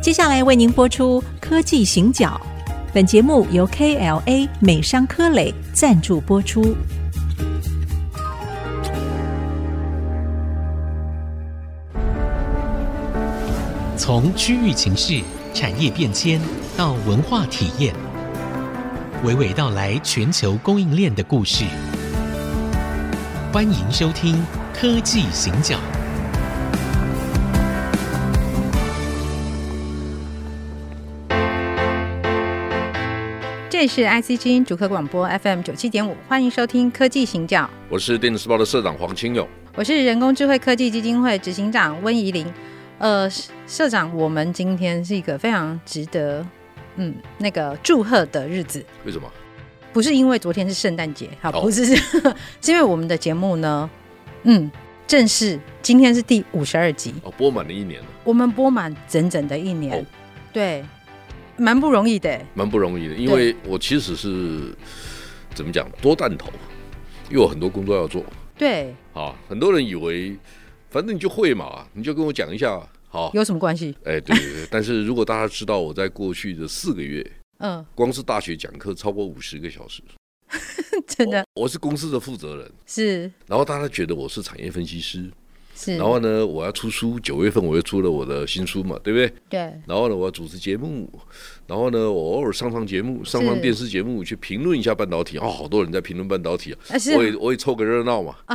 接下来为您播出科技行脚，本节目由 KLA 美商科磊赞助播出。 从区域情势、产业变迁到文化体验，娓娓道来全球供应链的故事。欢迎收听《科技行脚》。 这里是 IC 之音主客广播 FM 97.5，欢迎收听《科技行脚》。 我是电子时报的社长黄清勇， 我是人工智慧科技基金会执行长温怡玲。社长，我们今天是一个非常值得祝贺的日子。 为什么？ 不是因为昨天是圣诞节，好，不是，是因为我们的节目呢，正式今天是第52集， 播满了1年了。 我们播满整整的1年，对，蛮不容易的， 蛮不容易的，因为我其实是怎么讲，多弹头，因为我很多工作要做。 对， 很多人以为反正你就会嘛，你就跟我讲一下，好，有什么关系？ 对对对。但是如果大家知道我在过去的4个月，光是大学讲课超过50个小时， 真的， 我是公司的负责人， 是。 然后大家觉得我是产业分析师， 是。 然后呢，我要出书，9月份我又出了我的新书嘛，对不对？ 对。 然后呢，我要主持节目，然后呢，我偶尔上节目，上电视节目去评论一下半导体。好多人在评论半导体我也凑个热闹嘛。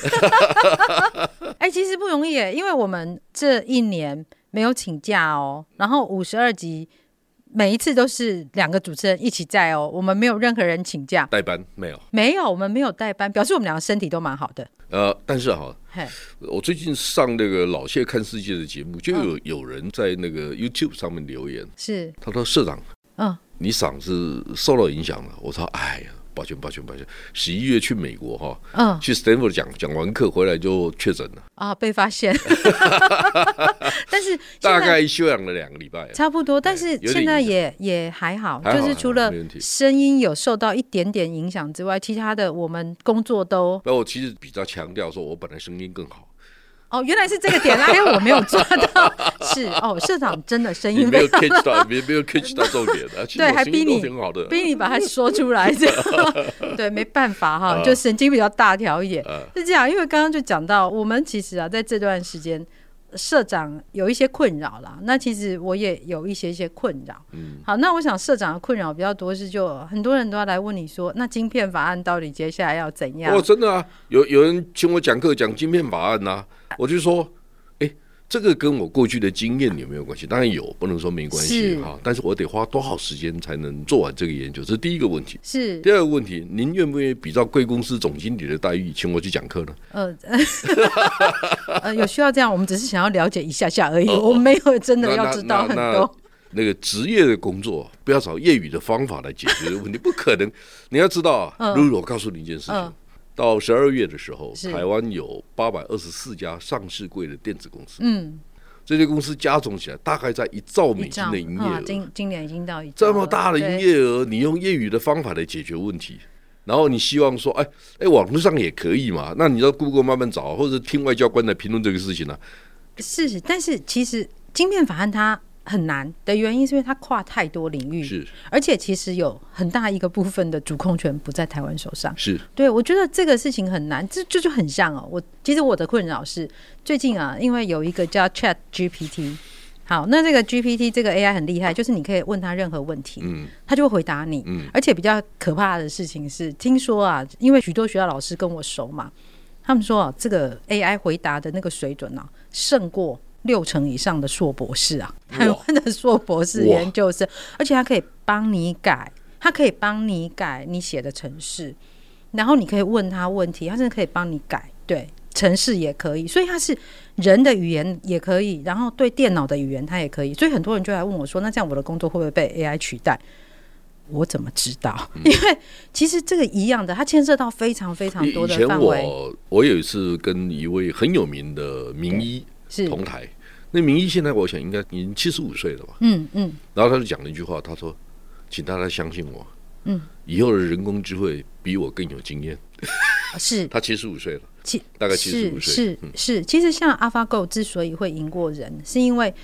其实不容易耶，因为我们这1年没有请假哦，然后52集每一次都是2个主持人一起在哦，我们没有任何人请假代班，没有， 我们没有代班，表示我们2个身体都蛮好的。 但是我最近上那个老谢看世界的节目，就有人在那个 YouTube 上面留言， 是他说社长，你嗓子受到影响了。我说哎呀，抱歉，11月去美国去 Stanford 讲完课回来就确诊了被发现。但是大概休养了2个礼拜， 差不多。但是现在也还好，就是除了声音有受到一点点影响之外，其他的我们工作都。 我其实比较强调说，我本来声音更好。 原来是这个点我没有抓到。是社长真的声音没有 catch 到，没有 catch 到重点的。 对，还逼你把它说出来。对，没办法就神经比较大条一点。是这样，因为刚刚就讲到，我们其实在这段时间，社长有一些困扰啦。那其实我也有一些困扰。好，那我想社长的困扰比较多是，就很多人都要来问你说，那晶片法案到底接下来要怎样？ 真的啊，有人请我讲课讲晶片法案啊，我就说，这个跟我过去的经验有没有关系？当然有，不能说没关系但是我得花多少时间才能做完这个研究？这是第一个问题。 是第二个问题，您愿不愿意比照贵公司总经理的待遇，请我去讲课呢？ 有需要这样？我们只是想要了解一下而已，我们没有真的要知道很多。 那个职业的工作，不要找业余的方法来解决的问题，不可能。你要知道如果我告诉你一件事情。到12月的时候，台湾有824家上市柜的电子公司，这些公司加总起来大概在1兆美金的营业额， 今年已经到1兆， 这么大的营业额，你用业余的方法来解决问题，然后你希望说，网络上也可以嘛？那你到 Google 慢慢找，或者听外交官来评论这个事情是，但是其实晶片法案它很难的原因是因为它跨太多领域， 是， 而且其实有很大一个部分的主控权不在台湾手上， 是。 对，我觉得这个事情很难，这就很像其实我的困扰是最近因为有一个叫 Chat GPT， 好，那这个 GPT 这个 AI 很厉害，就是你可以问他任何问题，他就会回答你，而且比较可怕的事情是，听说因为许多学校老师跟我熟嘛，他们说这个 AI 回答的那个水准胜过60%以上的硕博士台湾的硕博士研究生，而且他可以帮你改，你写的程式，然后你可以问他问题，他真的可以帮你改，对，程式也可以，所以他是人的语言也可以，然后对电脑的语言他也可以，所以很多人就来问我说，那这样我的工作会不会被 AI 取代？我怎么知道？因为其实这个一样的，它牵涉到非常非常多的范围。以前我有一次跟一位很有名的名医同台，那名医现在我想应该已经75岁了吧？然后他就讲了一句话，他说：“请大家相信我，以后的人工智慧比我更有经验。”是，他75岁了，大概75岁。 是，其实像 AlphaGo 之所以会赢过人，是因为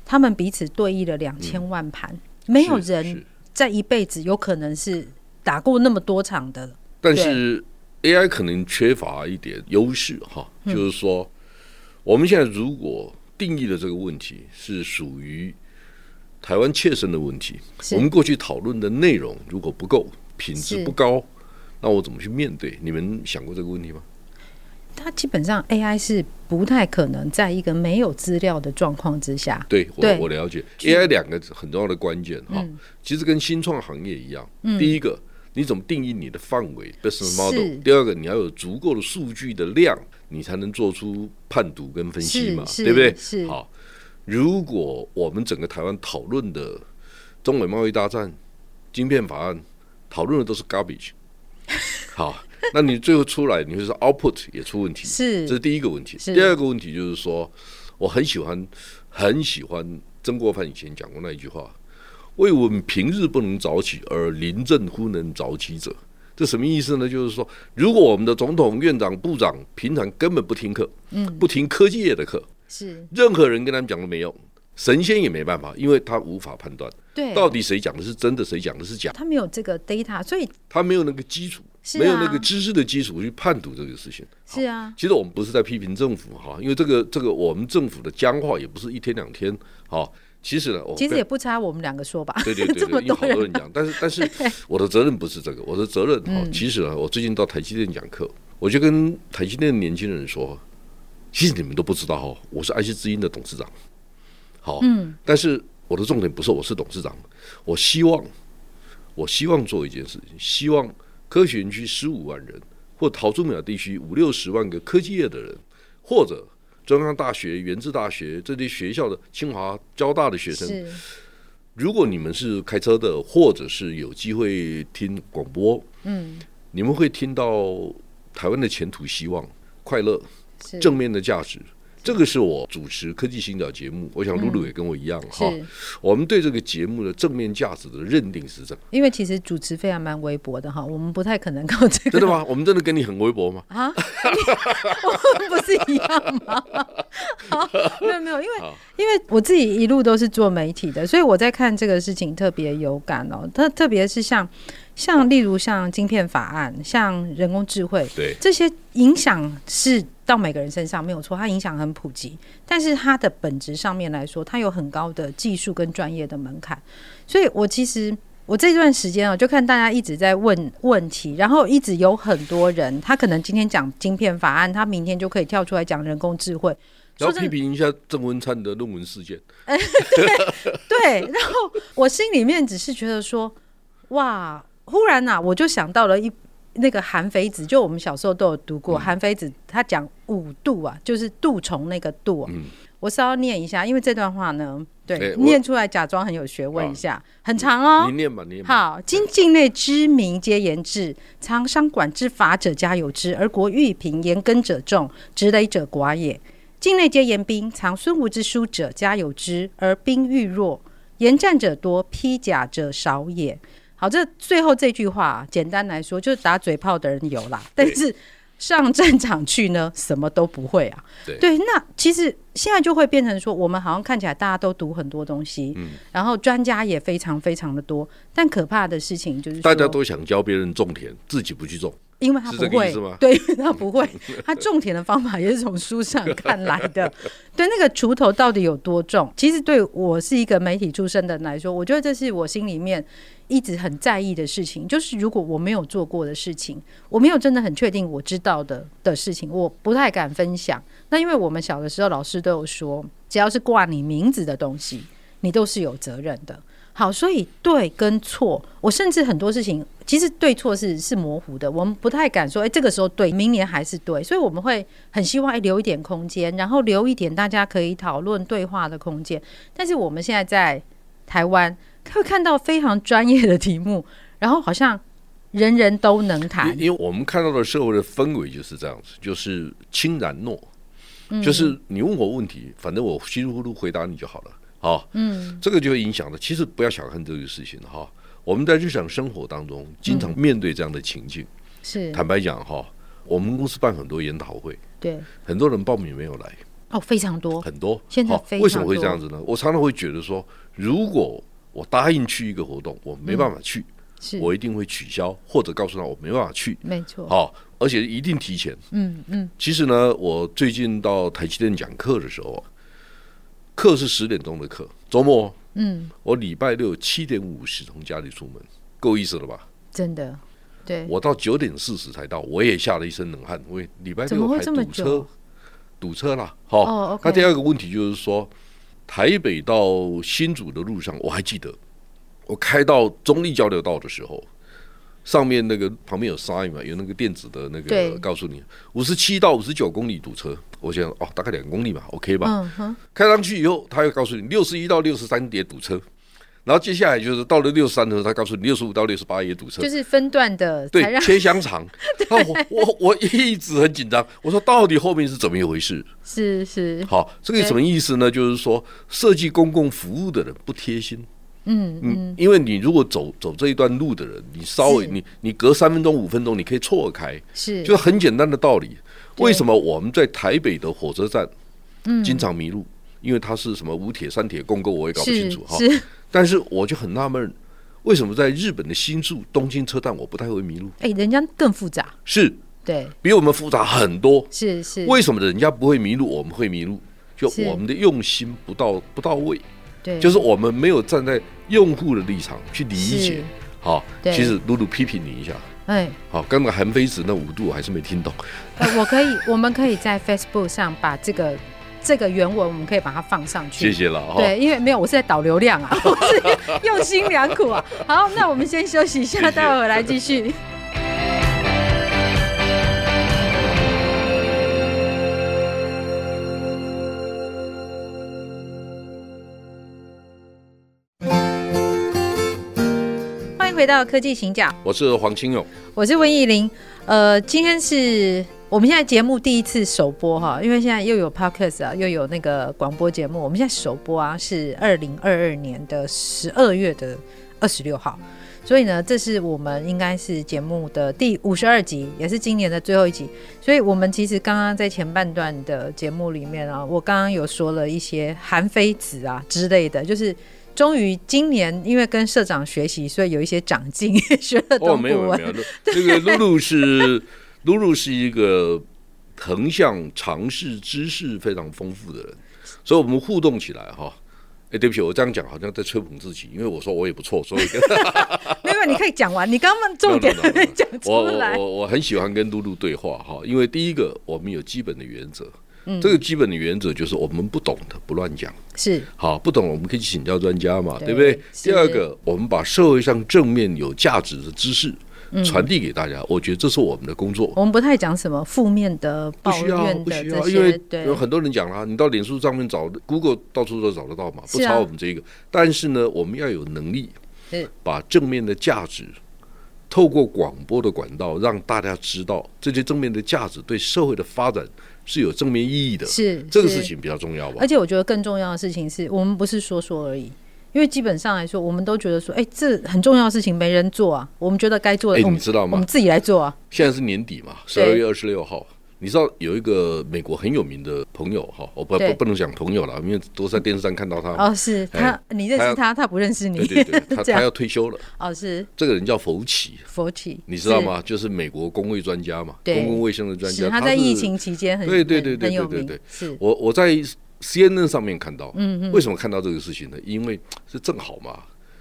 他们彼此对弈了2000万盘，没有人在一辈子有可能是打过那么多场的。 但是 AI 可能缺乏一点优势哈，就是说我们现在如果定义的这个问题是属于台湾切身的问题，我们过去讨论的内容如果不够，品质不高，那我怎么去面对？你们想过这个问题吗？ 它基本上 AI 是不太可能在一个没有资料的状况之下。 对，我了解 AI 两个很重要的关键哈，其实跟新创行业一样，第一个你怎么定义你的范围 business model， 第二个你要有足够的数据的量，你才能做出判读跟分析嘛，对不对？好，如果我们整个台湾讨论的中美贸易大战、晶片法案讨论的都是 garbage， 好，那你最后出来，你会说 output 也出问题，这是第一个问题。第二个问题就是说，我很喜欢曾国藩以前讲过那一句话：为我们平日不能早起，而临阵忽能早起者。这什么意思呢？就是说，如果我们的总统、院长、部长平常根本不听课，不听科技业的课，任何人跟他们讲都没用，神仙也没办法，因为他无法判断，到底谁讲的是真的，谁讲的是假， 他没有这个 data， 所以他没有那个基础，没有那个知识的基础去判读这个事情。 是啊， 其实我们不是在批评政府哈，因为这个我们政府的僵化也不是一天两天，好。其实呢， 其实也不差我们两个说吧。 对，因为好多人讲，但是我的责任不是这个，我的责任其实呢，我最近到台积电讲课，我就跟台积电的年轻人说，其实你们都不知道哈，我是爱惜之音的董事长，好，但是我的重点不是我是董事长，我希望做一件事情，希望科学园区15万人，或桃竹苗地区50-60万个科技业的人，或者中央大学、原治大学这些学校的清华、交大的学生，如果你们是开车的，或者是有机会听广播，你们会听到台湾的前途、希望、快乐、正面的价值。这个是我主持科技行脚节目，我想露露也跟我一样哈。我们对这个节目的正面价值的认定是这样，因为其实主持非常蛮微薄的哈，我们不太可能靠这个。 真的吗？我们真的跟你很微薄吗？ 啊，我们不是一样吗？好，没有，因为我自己一路都是做媒体的，所以我在看这个事情特别有感哦。特别是像例如像晶片法案，像人工智慧， 对这些影响是到每个人身上没有错，它影响很普及，但是它的本质上面来说，它有很高的技术跟专业的门槛。所以我其实这段时间就看大家一直在问问题，然后一直有很多人，他可能今天讲晶片法案，他明天就可以跳出来讲人工智慧。 然后批评一下郑文灿的论文事件， 对，然后我心里面只是觉得说，哇，忽然我就想到了那个韩非子，就我们小时候都有读过，韩非子他讲5度啊，就是蠹虫那个蠹我稍微念一下，因为这段话呢，对，念出来假装很有学问一下，很长哦。 你念吧。 好，今境内知民皆言之，藏商管之法者家有之，而国欲平，言耕者众，执累者寡也。境内皆言兵，藏孙吴之书者家有之，而兵欲弱，言战者多，披甲者少也。好，这最后这句话简单来说就是打嘴炮的人有啦，但是上战场去呢，什么都不会啊。对，那其实现在就会变成说，我们好像看起来大家都读很多东西，然后专家也非常非常的多，但可怕的事情就是说， 大家都想教别人种田，自己不去种。 因为他不会，对，因为他不会，他种田的方法也是从书上看来的。对，那个锄头到底有多重？其实对我是一个媒体出身的人来说，我觉得这是我心里面一直很在意的事情。就是如果我没有做过的事情，我没有真的很确定我知道的事情，我不太敢分享。那因为我们小的时候老师都有说，只要是挂你名字的东西，你都是有责任的。好，所以对跟错，我甚至很多事情其实对错是模糊的，我们不太敢说这个时候对，明年还是对，所以我们会很希望留一点空间，然后留一点大家可以讨论对话的空间。但是我们现在在台湾会看到非常专业的题目，然后好像人人都能谈， 因为我们看到的社会的氛围就是这样子，就是轻然诺，就是你问我问题，反正我稀里糊涂回答你就好了。这个就会影响的。其实不要小看这个事情哈。我们在日常生活当中经常面对这样的情境。 是， 坦白讲哈，我们公司办很多研讨会， 对， 很多人报名没有来， 非常多， 很多， 现在非常多。 为什么会这样子呢？我常常会觉得说，如果我答应去一个活动，我没办法去，我一定会取消，或者告诉他我没办法去， 没错。 好，而且一定提前。其实呢，我最近到台积电讲课的时候，课是10点钟的课，周末，我礼拜六7点50从家里出门，够意思了吧？ 真的，对。我到9点40才到，我也吓了一身冷汗，因为礼拜六还堵车啦。好，那第二个问题就是说，台北到新竹的路上，我还记得，我开到中立交流道的时候，上面那个旁边有 sign 嘛，有那个电子的那个告诉你57到59公里堵车。我想大概2公里嘛 ，OK 吧？开上去以后，他又告诉你61到63也堵车。然后接下来就是到了63的时候，他告诉你65到68也堵车， 就是分段的， 对，切香肠。我一直很紧张，我说到底后面是怎么一回事？ 是好，这个什么意思呢？就是说设计公共服务的人不贴心。因为你如果走这一段路的人，你稍微你隔3分钟5分钟，你可以错开，就是很简单的道理。为什么我们在台北的火车站经常迷路？因为它是什么5铁3铁共构，我也搞不清楚哈。但是我就很纳闷，为什么在日本的新宿东京车站我不太会迷路？ 人家更复杂， 是， 对， 比我们复杂很多。 是， 为什么人家不会迷路，我们会迷路？就我们的用心不到位，对，就是我们没有站在用户的立场去理解。好，其实露露批评你一下。好，刚刚韩非子那5度我还是没听懂。 我们可以在 Facebook 上把这个原文我们可以把它放上去， 谢谢了。 对，因为没有，我是在导流量啊，我是用心良苦啊。好，那我们先休息一下，待会回来继续。欢迎回到科技行脚， 我是黄清勇， 我是温艺玲。今天是我们现在节目第一次首播哈，因为现在又有 podcast 啊，又有那个广播节目。我们现在首播啊是2022年的12月的26号，所以呢，这是我们应该是节目的第52集，也是今年的最后一集。所以我们其实刚刚在前半段的节目里面啊，我刚刚有说了一些韩非子啊之类的，就是终于今年因为跟社长学习，所以有一些长进，学了东古文。没有， 这个露露是一个横向尝试知识非常丰富的人，所以我们互动起来哈。对不起，我这样讲好像在吹捧自己，因为我说我也不错，所以没有，你可以讲完，你刚刚重点还没讲出来。 我很喜欢跟露露对话哈，因为第一个我们有基本的原则。这个基本的原则就是我们不懂的不乱讲， 是好，不懂我们可以请教专家嘛，对不对？第二个，我们把社会上正面有价值的知识传递给大家，我觉得这是我们的工作。 我们不太讲什么负面的抱怨的这些， 因为有很多人讲啦，你到脸书上面找 Google 到处都找得到嘛，不抄我们这个。但是呢，我们要有能力把正面的价值透过广播的管道让大家知道，这些正面的价值对社会的发展是有正面意义的，是这个事情比较重要吧。 而且我觉得更重要的事情是我们不是说说而已，因为基本上来说，我们都觉得说，这很重要的事情没人做啊，我们觉得该做的， 你知道吗？ 我们自己来做啊。 现在是年底嘛，12月26号。你知道有一个美国很有名的朋友哈，我不能讲朋友了，因为都在电视上看到他。 哦，是他，你认识他，他不认识你。 对，他要退休了。 哦，是这个人叫佛奇，你知道吗？就是美国公卫专家嘛，公共卫生的专家。 他在疫情期间很有名。是我在 CNN 上面看到，为什么看到这个事情呢？因为是正好嘛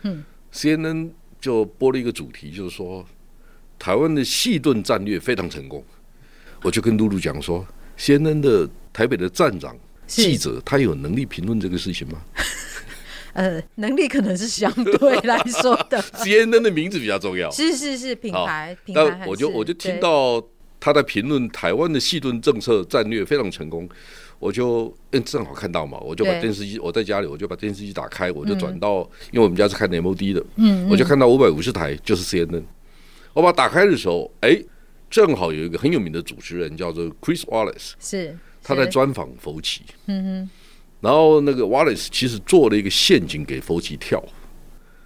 ，CNN 就播了一个主题，就是说台湾的细盾战略非常成功。我就跟露露讲说 CNN 的台北的站长记者，他有能力评论这个事情吗？ 能力可能是相对来说的。 CNN 的名字比较重要， 是品牌。 但我就听到他在评论台湾的细盾政策战略非常成功，我就正好看到嘛，我就把电视机，我在家里我就把电视机打开，我就转到，因为我们家是看 MOD 的，我就看到550台就是 CNN。我把它打开的时候，正好有一个很有名的主持人叫做 Chris Wallace， 是他在专访佛奇，然后那个 Wallace 其实做了一个陷阱给佛奇跳，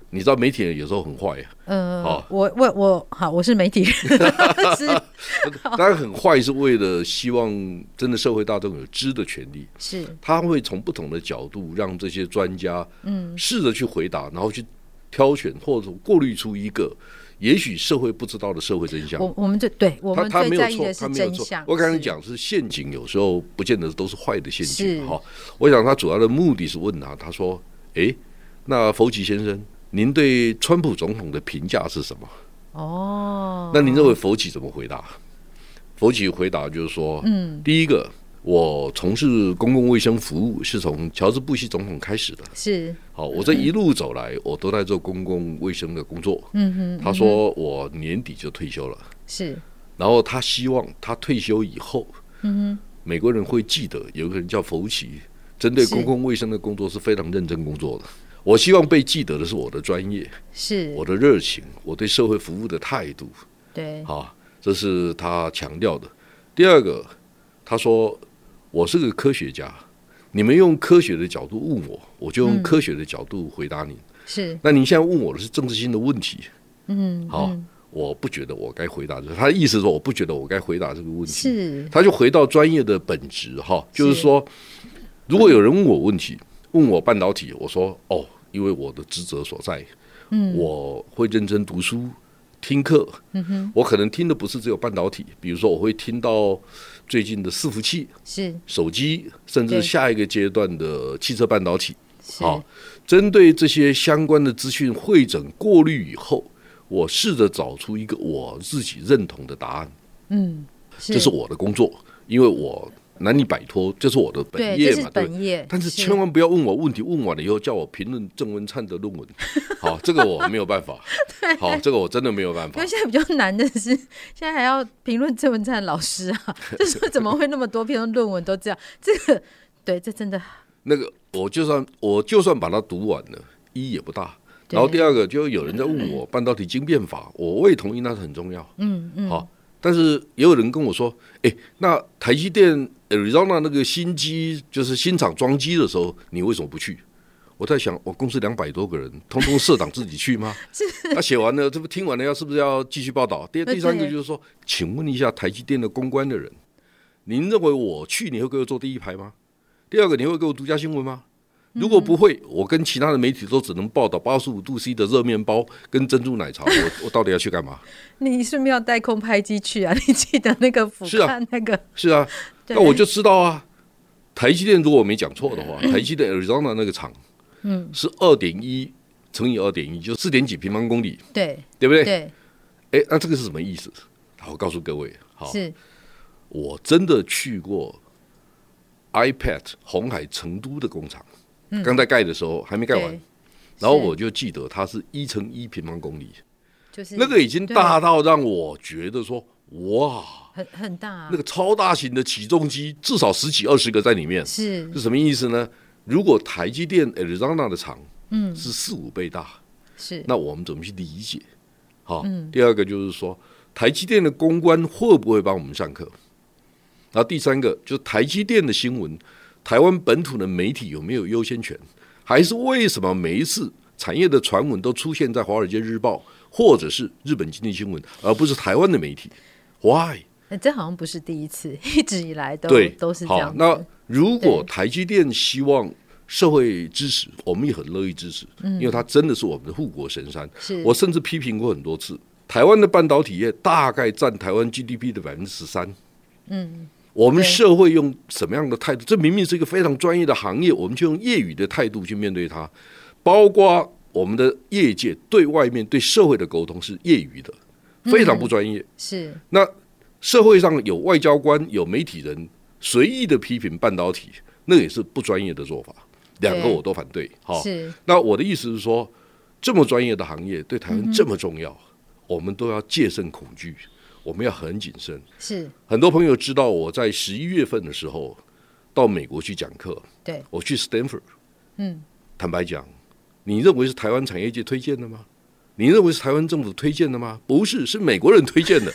你知道媒体人有时候很坏啊。 我是媒体人，是当然很坏是为了希望真的社会大众有知的权利， 是他会从不同的角度让这些专家试着去回答，然后去挑选或者过滤出一个也许社会不知道的社会真相。 我们最在意的是真相。 我刚才讲是陷阱，有时候不见得都是坏的陷阱。我想他主要的目的是问他说：“那弗奇先生，您对川普总统的评价是什么？”那您认为弗奇怎么回答？弗奇回答就是说，第一个，我从事公共卫生服务是从乔治·布希总统开始的， 是好，我这一路走来，我都在做公共卫生的工作。他说我年底就退休了， 是， 然后他希望他退休以后，美国人会记得有一个人叫弗奇，针对公共卫生的工作是非常认真工作的。我希望被记得的是我的专业， 是我的热情，我对社会服务的态度。 对， 这是他强调的。第二个，他说我是个科学家，你们用科学的角度问我，我就用科学的角度回答你。 是， 那您现在问我的是政治性的问题，我不觉得我该回答这个。他的意思是说，我不觉得我该回答这个问题。 是， 他就回到专业的本质，就是说，如果有人问我问题，问我半导体，我说因为我的职责所在，我会认真读书听课，我可能听的不是只有半导体，比如说我会听到最近的伺服器、 是手机，甚至下一个阶段的汽车半导体。针对这些相关的资讯汇整过滤以后，我试着找出一个我自己认同的答案。这是我的工作，因为我难以摆脱，这是我的本业嘛， 这是本业。 但是千万不要问我问题，问完了以后叫我评论郑文灿的论文，这个我没有办法。这个我真的没有办法。 因为现在比较难的是，现在还要评论郑文灿老师啊，就是怎么会那么多篇论文都这样？这个对，这真的那个，我就算把它读完了，意义也不大。然后第二个，就有人在问我半导体晶片法，我也同意那是很重要。但是也有人跟我说，那台积电 Arizona 那个新机，就是新厂装机的时候，你为什么不去？我在想，我公司200多个人，通通社长自己去吗？他写完了，这不听完了，是不是要继续报道？第三个就是说，请问一下台积电的公关的人，您认为我去你会给我坐第一排吗？第二个，你会给我独家新闻吗？如果不会，我跟其他的媒体都只能报道85度 C 的热面包跟珍珠奶茶，我到底要去干嘛？ 你是不是要带空拍机去啊？你记得那个俯瞰那个？ 是啊，那我就知道啊。台积电如果我没讲错的话，台积电 Arizona 那个厂，是2.1乘以2.1，就4点几平方公里，对不对？ 对。 那这个是什么意思？我告诉各位， 是我真的去过 iPad 鸿海成都的工厂。刚在盖的时候还没盖完，然后我就记得它是1乘1平方公里，就是那个已经大到让我觉得说哇， 很大， 那个超大型的起重机至少10几20个在里面，是什么意思呢？如果台积电 Arizona 的厂是4-5倍大，是那我们怎么去理解？第二个就是说台积电的公关会不会帮我们上课？然后第三个就是台积电的新闻。台湾本土的媒体有没有优先权？还是为什么每一次产业的传闻都出现在《华尔街日报》或者是日本经济新闻，而不是台湾的媒体 ？Why？ 这好像不是第一次，一直以来都是这样子。 那如果台积电希望社会支持，我们也很乐意支持，因为它真的是我们的护国神山。我甚至批评过很多次，台湾的半导体业大概占台湾 GDP 的13%。我们社会用什么样的态度？这明明是一个非常专业的行业，我们就用业余的态度去面对它。包括我们的业界对外面对社会的沟通是业余的，非常不专业。是那社会上有外交官、有媒体人随意的批评半导体，那也是不专业的做法。两个我都反对。是那我的意思是说，这么专业的行业对台湾这么重要，我们都要戒慎恐惧。我们要很谨慎。是很多朋友知道我在11月份的时候到美国去讲课，对，我去 Stanford。坦白讲，你认为是台湾产业界推荐的吗？你认为是台湾政府推荐的吗？不是，是美国人推荐的。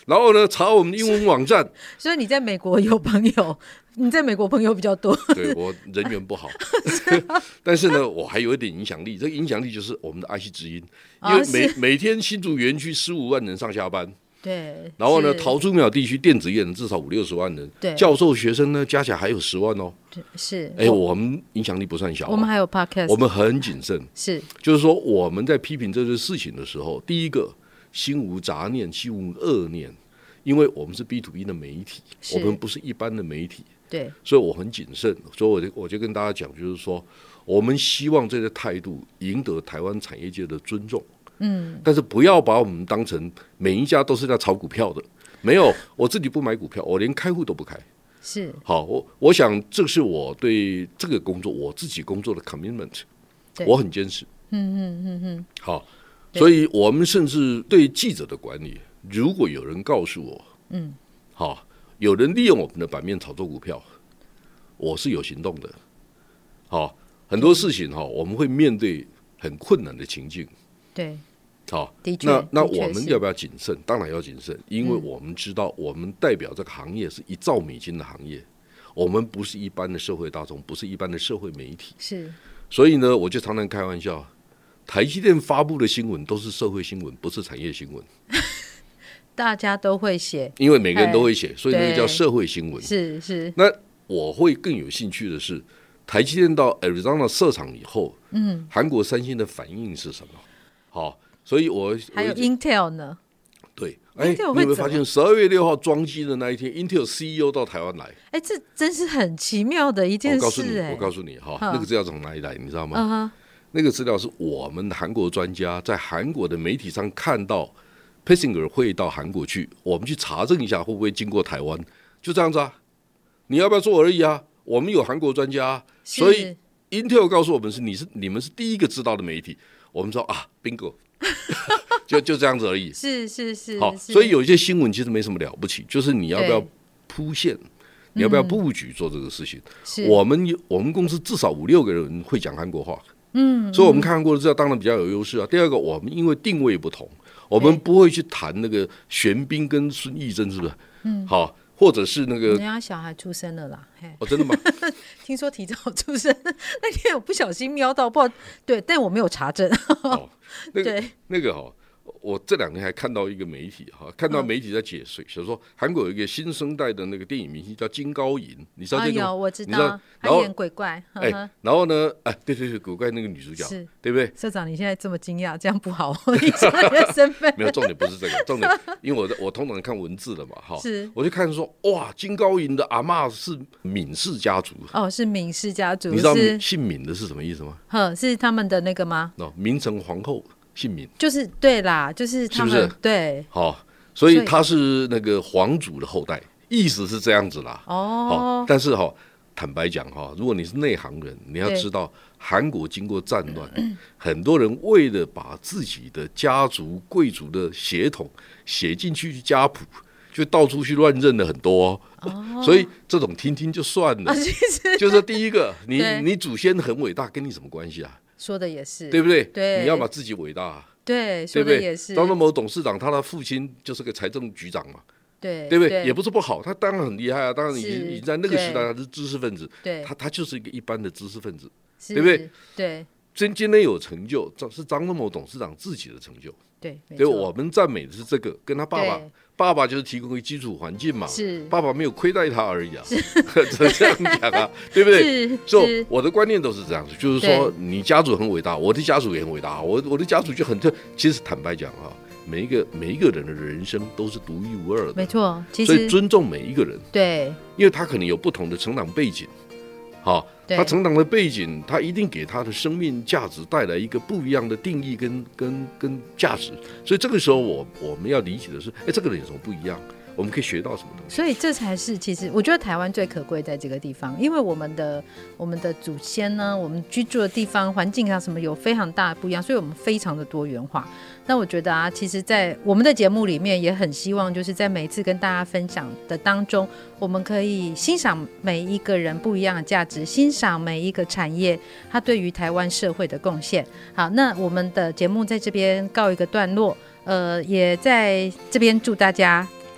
然后呢查我们的英文网站。 所以你在美国有朋友，你在美国朋友比较多。 对，我人缘不好，但是呢，我还有一点影响力。这个影响力就是我们的 IC 之音，因为每天新竹园区15万人上下班。 对， 然后呢，桃竹苗地区电子业人至少50-60万人， 对， 教授学生呢加起来还有10万哦。 是， 我们影响力不算小， 我们还有 podcast， 我们很谨慎， 是， 就是说我们在批评这些事情的时候，第一个心无杂念，心无恶念，因为我们是 B2B 的媒体，我们不是一般的媒体， 对， 所以我很谨慎，所以我就跟大家讲，就是说我们希望这个态度赢得台湾产业界的尊重。但是不要把我们当成每一家都是在炒股票的，没有，我自己不买股票，我连开户都不开。 是， 好，我想这是我对这个工作我自己工作的 commitment， 我很坚持。好，所以我们甚至对记者的管理，如果有人告诉我，好，有人利用我们的版面炒作股票，我是有行动的。好，很多事情我们会面对很困难的情境。 对。 好， 的确， 那我们要不要谨慎？当然要谨慎，因为我们知道，我们代表这个行业是1兆美金的行业，我们不是一般的社会大众，不是一般的社会媒体。 是， 所以呢，我就常常开玩笑，台积电发布的新闻都是社会新闻，不是产业新闻。 大家都会写， 因为每个人都会写，所以那个叫社会新闻。 是。 那我会更有兴趣的是，台积电到 Arizona 设厂以后，韩国三星的反应是什么？好。所以还有 Intel 呢？ 对，你有没有发现12月6号装机的那一天 ，Intel CEO 到台湾来？ 这真是很奇妙的一件事。 我告诉你那个资料从哪里来，你知道吗？那个资料是我们的韩国专家在韩国的媒体上看到 Plessinger 会到韩国去，我们去查证一下会不会经过台湾，就这样子啊。你要不要做而已啊？我们有韩国专家，所以 Intel 告诉我们你们是第一个知道的媒体，我们说bingo。就这样子而已。是。好，所以有一些新闻其实没什么了不起，就是你要不要铺线，你要不要布局做这个事情。我们公司至少5-6个人会讲韩国话，所以我们看韩国的资料当然比较有优势啊。第二个，我们因为定位不同，我们不会去谈那个玄彬跟孙艺珍，是不是？好。或者是那个人家小孩出生了啦， 真的吗？ 听说提早出生，那天我不小心瞄到，不知道对，但我没有查证。 那个我这2天还看到一个媒体看到媒体在解水，就说韩国有一个新生代的那个电影明星叫金高银，你知道这个？ 我知道，他演鬼怪。 然后呢，对，鬼怪那个女主角，对不对？ 社长，你现在这么惊讶，这样不好，你说你的身份没有重点，不是这个重点，因为我通常看文字的嘛，我就看说哇，金高银的阿嬷是闵氏家族， 是闵氏家族， 你知道姓闵的是什么意思吗？ 是他们的那个吗？ 明成皇后。姓闵就是对啦，就是他们，是不是？对， 好，所以他是那个皇族的后代，意思是这样子啦。好，但是坦白讲如果你是内行人，你要知道韩国经过战乱，很多人为了把自己的家族贵族的血统写进去家谱，就到处去乱认了很多所以这种听听就算了。就是第一个，你祖先很伟大，跟你什么关系啊？ 说的也是， 对不对？ 对， 你要把自己伟大， 对，说的也是。 张忠谋董事长，他的父亲就是个财政局长嘛， 对不对？也不是不好，他当然很厉害啊，当然已经在那个时代他是知识分子， 对， 他就是一个一般的知识分子，对不对？ 对， 今天有成就，是张忠谋董事长自己的成就， 对， 所以我们赞美的是这个，跟他爸爸就是提供个基础环境嘛， 是爸爸没有亏待他而已啊，这样讲啊，对不对？所以我的观念都是这样子，就是说你家族很伟大，我的家族也很伟大，我的家族就很特。其实坦白讲每一个人的人生都是独一无二的， 没错。其实所以尊重每一个人， 对， 因为他可能有不同的成长背景，他成长的背景，他一定给他的生命价值带来一个不一样的定义跟价值。所以这个时候我们要理解的是，这个人有什么不一样？我们可以学到什么东西？ 所以这才是其实我觉得台湾最可贵在这个地方，因为我们的祖先呢，我们居住的地方环境啊什么有非常大的不一样，所以我们非常的多元化。那我觉得其实在我们的节目里面也很希望就是在每一次跟大家分享的当中，我们可以欣赏每一个人不一样的价值，欣赏每一个产业它对于台湾社会的贡献。好，那我们的节目在这边告一个段落，也在这边祝大家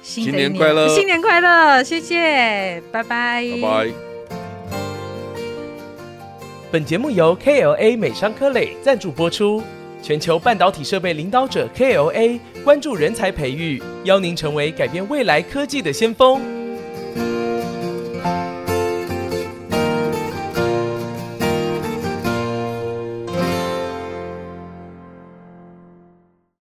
新年快乐， 新年快乐，谢谢，拜拜， 拜拜。 本节目由 KLA 美商科磊赞助播出。全球半导体设备领导者 KLA 关注人才培育，邀您成为改变未来科技的先锋。